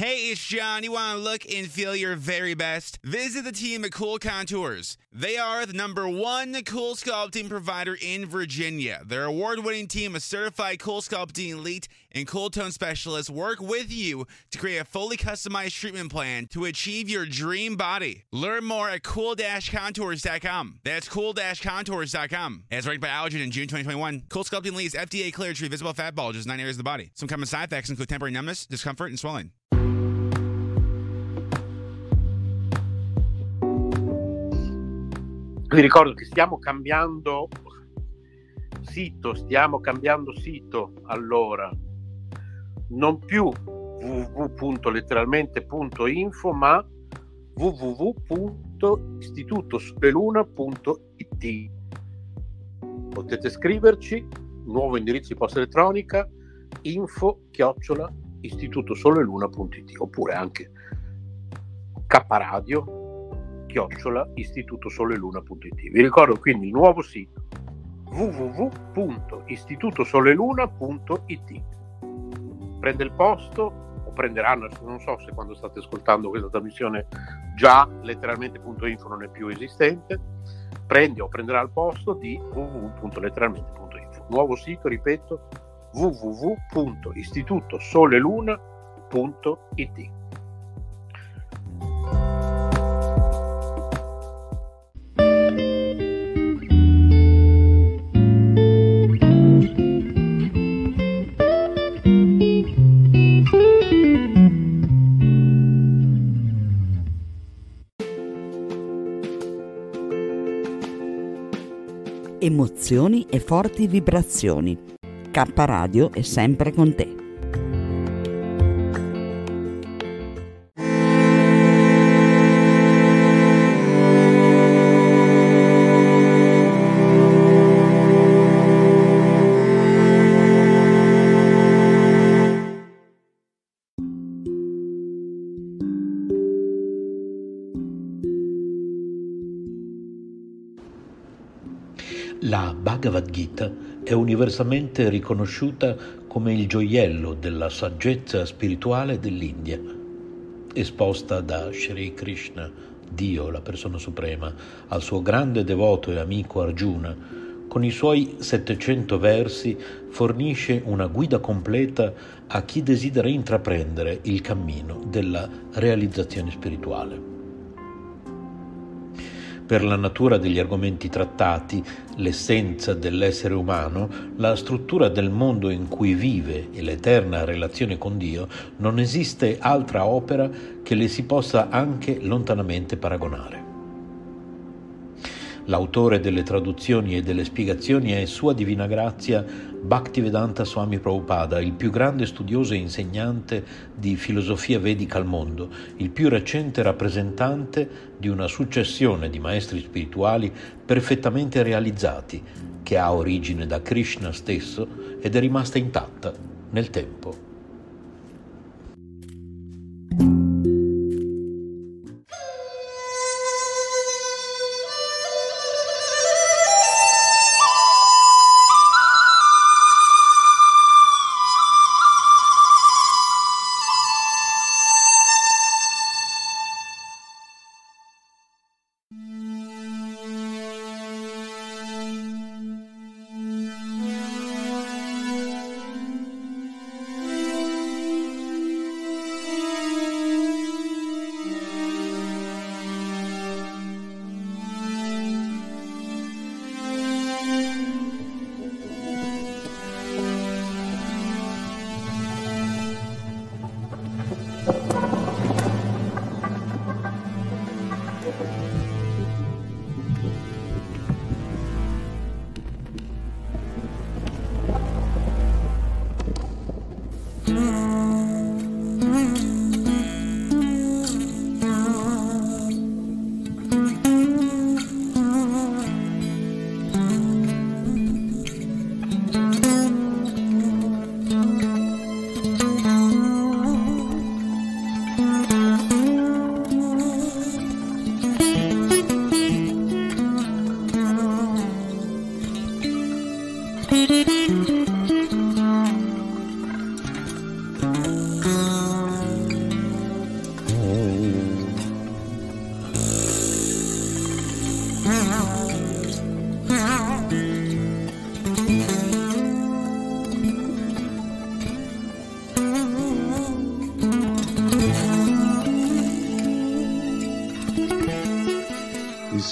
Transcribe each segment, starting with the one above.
Hey, it's John. You want to look and feel your very best? Visit the team at Cool Contours. They are the #1 cool sculpting provider in Virginia. Their award-winning team of certified cool sculpting elite and cool tone specialists work with you to create a fully customized treatment plan to achieve your dream body. Learn more at cool-contours.com. That's cool-contours.com. As ranked by Allergen in June 2021, Cool Sculpting Elite is FDA cleared to treat visible fat bulges in 9 areas of the body. Some common side effects include temporary numbness, discomfort, and swelling. Vi ricordo che stiamo cambiando sito, allora non più www.letteralmente.info ma www.istitutosoleluna.it. Potete scriverci, nuovo indirizzo di posta elettronica info@istitutosoleluna.it oppure anche kradio @istitutosoleluna.it. Vi ricordo quindi il nuovo sito www.istitutosoleluna.it. Prende il posto, o prenderanno, non so se quando state ascoltando questa trasmissione già letteralmente.info non è più esistente, prenderà il posto di www.letteralmente.info. Nuovo sito, ripeto, www.istitutosoleluna.it. Emozioni e forti vibrazioni. K Radio è sempre con te. La Bhagavad Gita è universalmente riconosciuta come il gioiello della saggezza spirituale dell'India. Esposta da Shri Krishna, Dio, la persona suprema, al suo grande devoto e amico Arjuna, con i suoi 700 versi fornisce una guida completa a chi desidera intraprendere il cammino della realizzazione spirituale. Per la natura degli argomenti trattati, l'essenza dell'essere umano, la struttura del mondo in cui vive e l'eterna relazione con Dio, non esiste altra opera che le si possa anche lontanamente paragonare. L'autore delle traduzioni e delle spiegazioni è Sua Divina Grazia Bhaktivedanta Swami Prabhupada, il più grande studioso e insegnante di filosofia vedica al mondo, il più recente rappresentante di una successione di maestri spirituali perfettamente realizzati, che ha origine da Krishna stesso ed è rimasta intatta nel tempo.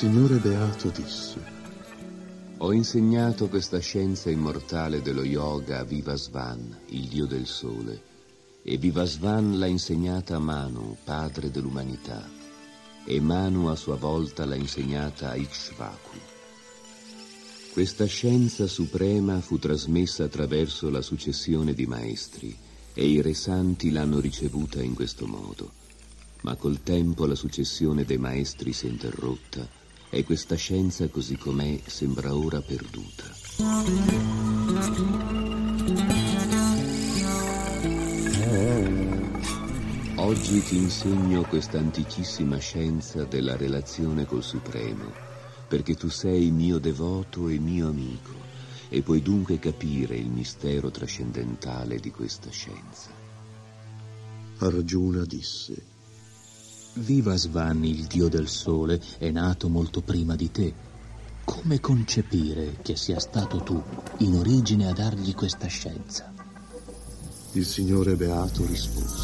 Signore Beato disse: ho insegnato questa scienza immortale dello yoga a Vivasvan, il dio del sole, e Vivasvan l'ha insegnata a Manu, padre dell'umanità, e Manu a sua volta l'ha insegnata a Ikshvaku. Questa scienza suprema fu trasmessa attraverso la successione di maestri, e i re santi l'hanno ricevuta in questo modo. Ma col tempo la successione dei maestri si è interrotta, e questa scienza così com'è sembra ora perduta. Oggi ti insegno questa antichissima scienza della relazione col Supremo, perché tu sei mio devoto e mio amico, e puoi dunque capire il mistero trascendentale di questa scienza. Arjuna disse: Vivasvan, il dio del sole, è nato molto prima di te. Come concepire che sia stato tu in origine a dargli questa scienza? Il Signore Beato rispose: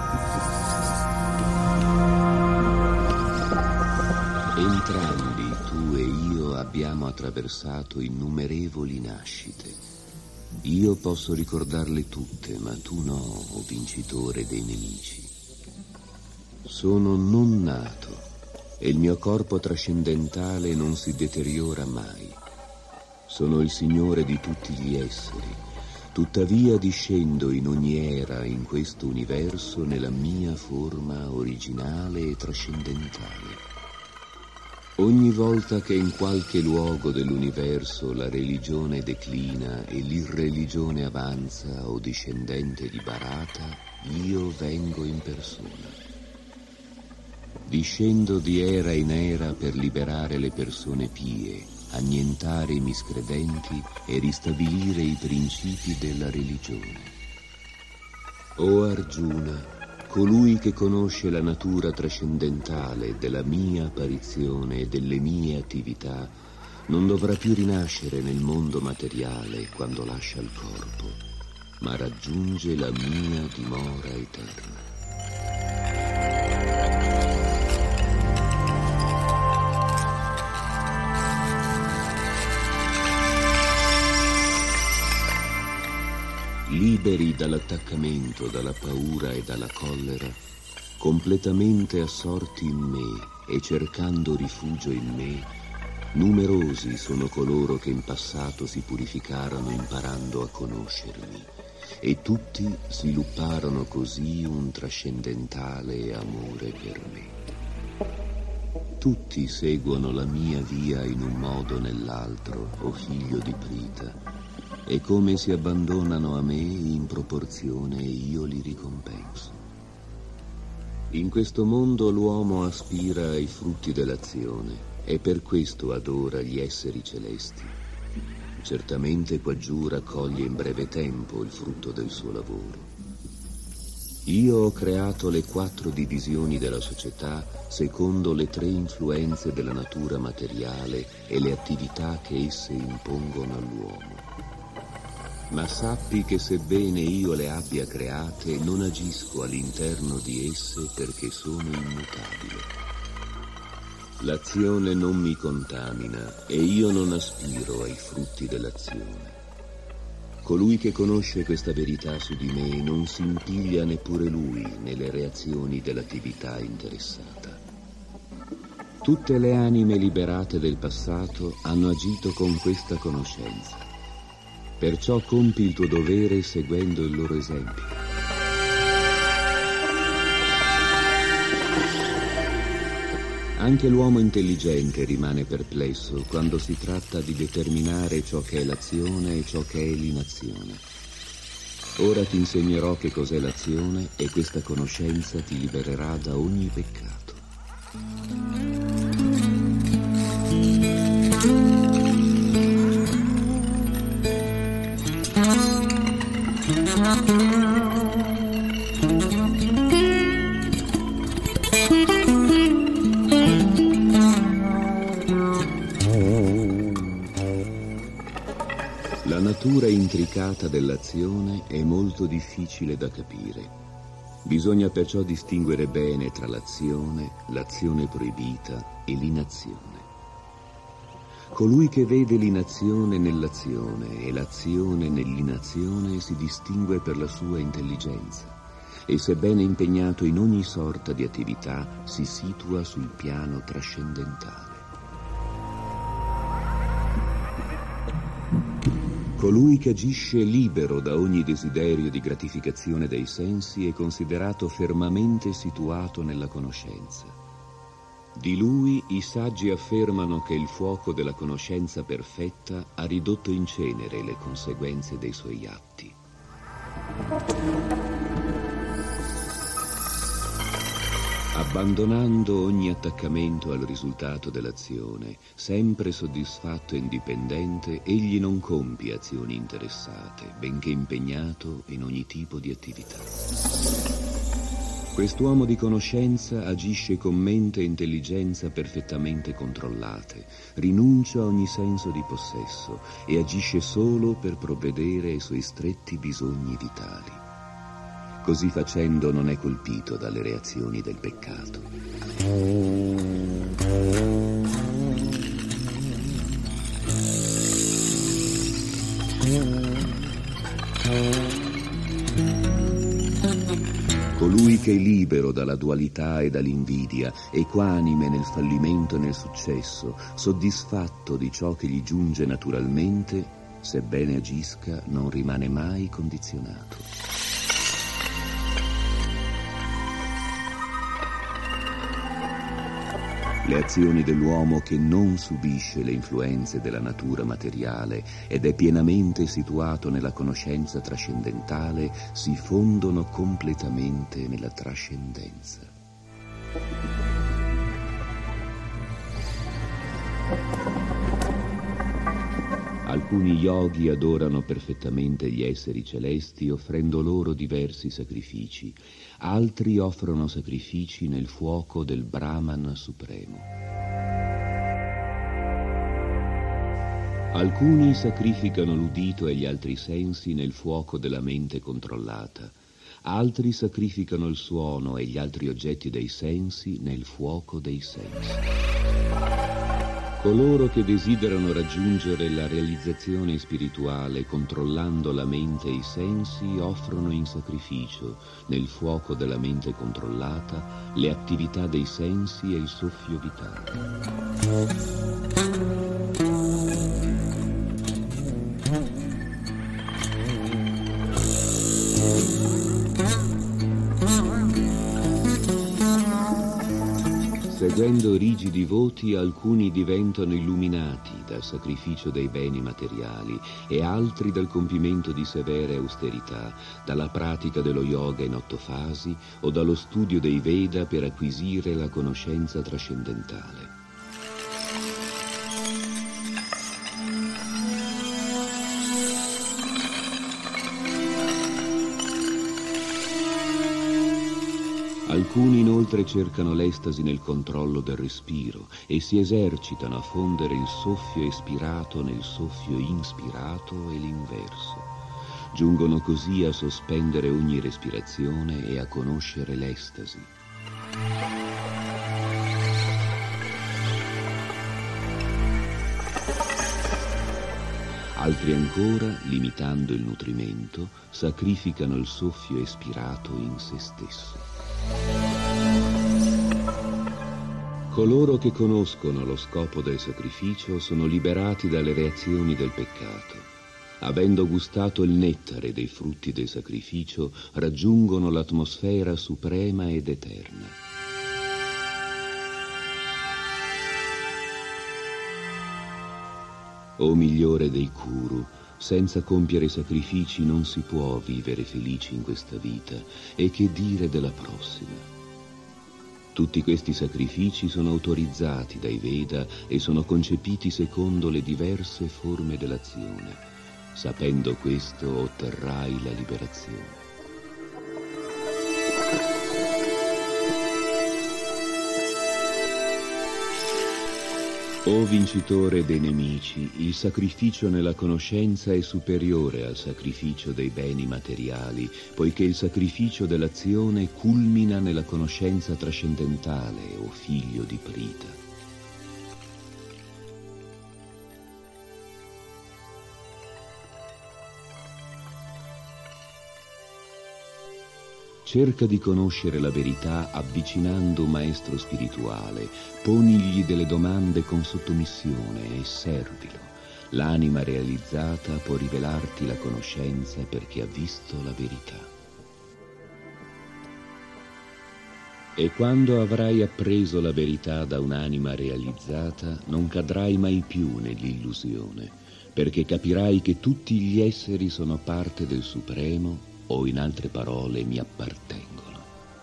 entrambi, tu e io, abbiamo attraversato innumerevoli nascite. Io posso ricordarle tutte, ma tu no, o vincitore dei nemici. Sono non nato e il mio corpo trascendentale non si deteriora mai. Sono il Signore di tutti gli esseri, tuttavia discendo in ogni era in questo universo nella mia forma originale e trascendentale. Ogni volta che in qualche luogo dell'universo la religione declina e l'irreligione avanza o discendente di Bharata, io vengo in persona. Discendo di era in era per liberare le persone pie, annientare i miscredenti e ristabilire i principi della religione. O Arjuna, colui che conosce la natura trascendentale della mia apparizione e delle mie attività, non dovrà più rinascere nel mondo materiale quando lascia il corpo, ma raggiunge la mia dimora eterna. Liberi dall'attaccamento, dalla paura e dalla collera, completamente assorti in me e cercando rifugio in me, numerosi sono coloro che in passato si purificarono imparando a conoscermi, e tutti svilupparono così un trascendentale amore per me. Tutti seguono la mia via in un modo o nell'altro, o figlio di Prita, e come si abbandonano a me in proporzione io li ricompenso. In questo mondo l'uomo aspira ai frutti dell'azione e per questo adora gli esseri celesti. Certamente quaggiù raccoglie in breve tempo il frutto del suo lavoro. Io ho creato le 4 divisioni della società secondo le 3 influenze della natura materiale e le attività che esse impongono all'uomo. Ma sappi che sebbene io le abbia create, non agisco all'interno di esse perché sono immutabile. L'azione non mi contamina e io non aspiro ai frutti dell'azione. Colui che conosce questa verità su di me non si impiglia neppure lui nelle reazioni dell'attività interessata. Tutte le anime liberate del passato hanno agito con questa conoscenza. Perciò compi il tuo dovere seguendo il loro esempio. Anche l'uomo intelligente rimane perplesso quando si tratta di determinare ciò che è l'azione e ciò che è l'inazione. Ora ti insegnerò che cos'è l'azione e questa conoscenza ti libererà da ogni peccato. La natura intricata dell'azione è molto difficile da capire. Bisogna perciò distinguere bene tra l'azione proibita e l'inazione. Colui che vede l'inazione nell'azione e l'azione nell'inazione si distingue per la sua intelligenza e, sebbene impegnato in ogni sorta di attività, si situa sul piano trascendentale. Colui che agisce libero da ogni desiderio di gratificazione dei sensi è considerato fermamente situato nella conoscenza. Di lui i saggi affermano che il fuoco della conoscenza perfetta ha ridotto in cenere le conseguenze dei suoi atti. Abbandonando ogni attaccamento al risultato dell'azione, sempre soddisfatto e indipendente, egli non compie azioni interessate, benché impegnato in ogni tipo di attività. Quest'uomo di conoscenza agisce con mente e intelligenza perfettamente controllate, rinuncia a ogni senso di possesso e agisce solo per provvedere ai suoi stretti bisogni vitali. Così facendo non è colpito dalle reazioni del peccato. Colui che è libero dalla dualità e dall'invidia, equanime nel fallimento e nel successo, soddisfatto di ciò che gli giunge naturalmente, sebbene agisca, non rimane mai condizionato. Le azioni dell'uomo che non subisce le influenze della natura materiale ed è pienamente situato nella conoscenza trascendentale si fondono completamente nella trascendenza. Alcuni yogi adorano perfettamente gli esseri celesti offrendo loro diversi sacrifici. Altri offrono sacrifici nel fuoco del Brahman supremo. Alcuni sacrificano l'udito e gli altri sensi nel fuoco della mente controllata. Altri sacrificano il suono e gli altri oggetti dei sensi nel fuoco dei sensi. Coloro che desiderano raggiungere la realizzazione spirituale controllando la mente e i sensi offrono in sacrificio, nel fuoco della mente controllata, le attività dei sensi e il soffio vitale. Seguendo rigidi voti, alcuni diventano illuminati dal sacrificio dei beni materiali e altri dal compimento di severe austerità, dalla pratica dello yoga in 8 fasi o dallo studio dei Veda per acquisire la conoscenza trascendentale. Alcuni inoltre cercano l'estasi nel controllo del respiro e si esercitano a fondere il soffio espirato nel soffio inspirato e l'inverso. Giungono così a sospendere ogni respirazione e a conoscere l'estasi. Altri ancora, limitando il nutrimento, sacrificano il soffio espirato in se stesso. Coloro che conoscono lo scopo del sacrificio sono liberati dalle reazioni del peccato. Avendo gustato il nettare dei frutti del sacrificio, raggiungono l'atmosfera suprema ed eterna. O migliore dei Kuru, senza compiere sacrifici non si può vivere felici in questa vita, e che dire della prossima? Tutti questi sacrifici sono autorizzati dai Veda e sono concepiti secondo le diverse forme dell'azione. Sapendo questo otterrai la liberazione. O vincitore dei nemici, il sacrificio nella conoscenza è superiore al sacrificio dei beni materiali, poiché il sacrificio dell'azione culmina nella conoscenza trascendentale, o figlio di Prita. Cerca di conoscere la verità avvicinando un maestro spirituale, ponigli delle domande con sottomissione e servilo. L'anima realizzata può rivelarti la conoscenza perché ha visto la verità. E quando avrai appreso la verità da un'anima realizzata, non cadrai mai più nell'illusione, perché capirai che tutti gli esseri sono parte del Supremo, o in altre parole mi appartengono.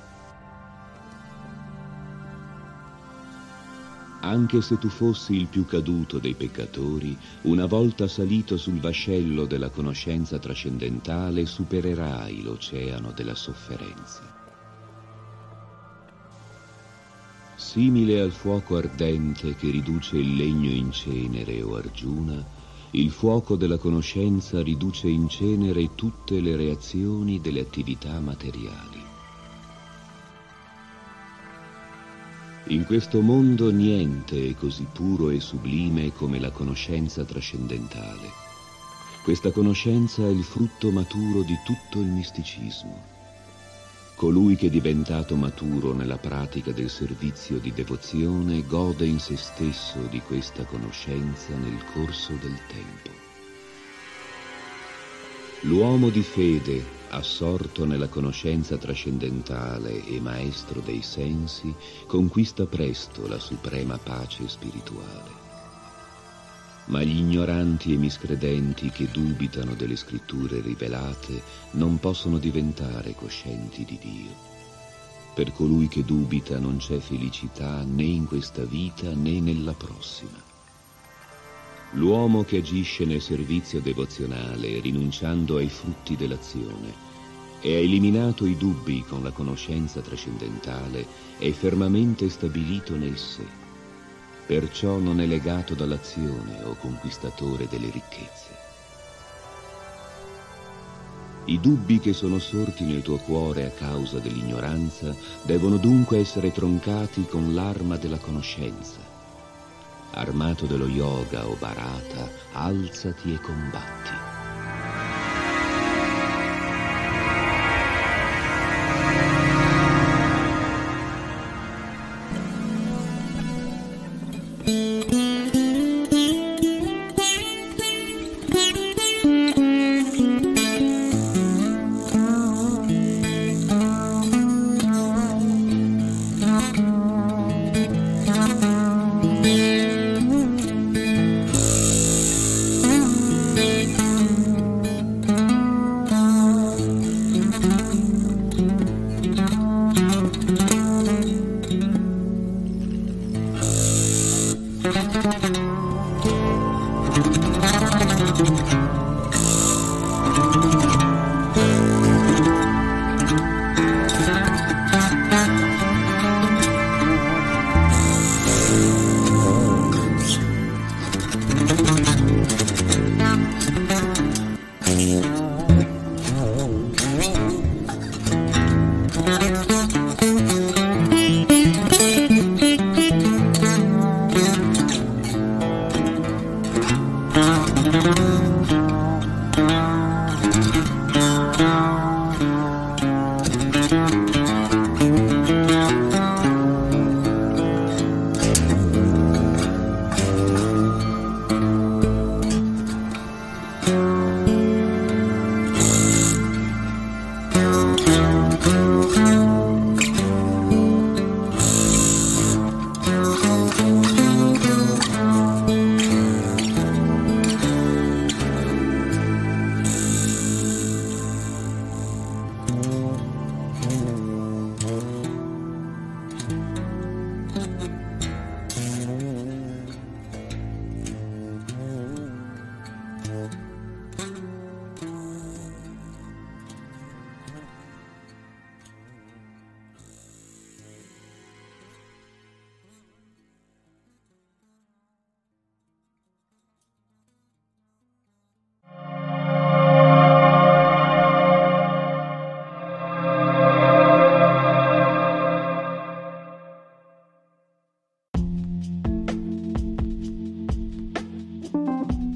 Anche se tu fossi il più caduto dei peccatori, una volta salito sul vascello della conoscenza trascendentale, supererai l'oceano della sofferenza. Simile al fuoco ardente che riduce il legno in cenere o argiuna, il fuoco della conoscenza riduce in cenere tutte le reazioni delle attività materiali. In questo mondo niente è così puro e sublime come la conoscenza trascendentale. Questa conoscenza è il frutto maturo di tutto il misticismo. Colui che è diventato maturo nella pratica del servizio di devozione gode in se stesso di questa conoscenza nel corso del tempo. L'uomo di fede, assorto nella conoscenza trascendentale e maestro dei sensi, conquista presto la suprema pace spirituale. Ma gli ignoranti e miscredenti che dubitano delle scritture rivelate non possono diventare coscienti di Dio. Per colui che dubita non c'è felicità né in questa vita né nella prossima. L'uomo che agisce nel servizio devozionale, rinunciando ai frutti dell'azione, e ha eliminato i dubbi con la conoscenza trascendentale, è fermamente stabilito nel sé. Perciò non è legato dall'azione o conquistatore delle ricchezze. I dubbi che sono sorti nel tuo cuore a causa dell'ignoranza devono dunque essere troncati con l'arma della conoscenza. Armato dello yoga o bharata, alzati e combatti.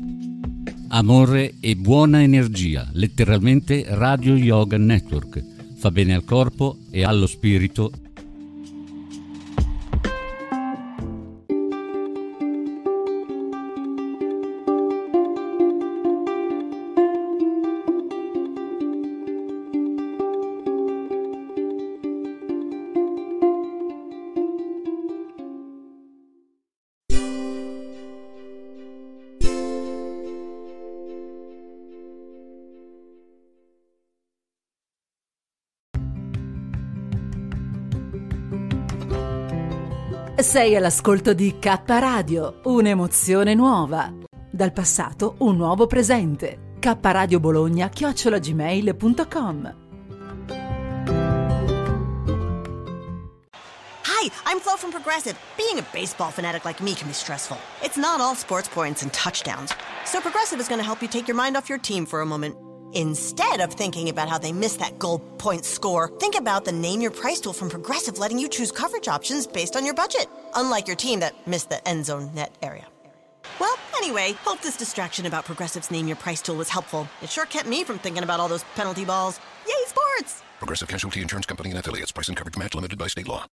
Amore e buona energia, letteralmente Radio Yoga Network. fa bene al corpo e allo spirito. Sei all'ascolto di K Radio, un'emozione nuova. Dal passato un nuovo presente. kradiobologna@gmail.com. Hi, I'm Flo from Progressive. Being a baseball fanatic like me can be stressful. It's not all sports points and touchdowns. So Progressive is going to help you take your mind off your team for a moment. Instead of thinking about how they missed that goal point score, think about the Name Your Price tool from Progressive, letting you choose coverage options based on your budget, unlike your team that missed the end zone net area. Well, anyway, hope this distraction about Progressive's Name Your Price tool was helpful. It sure kept me from thinking about all those penalty balls. Yay, sports! Progressive Casualty Insurance Company and Affiliates. Price and coverage match limited by state law.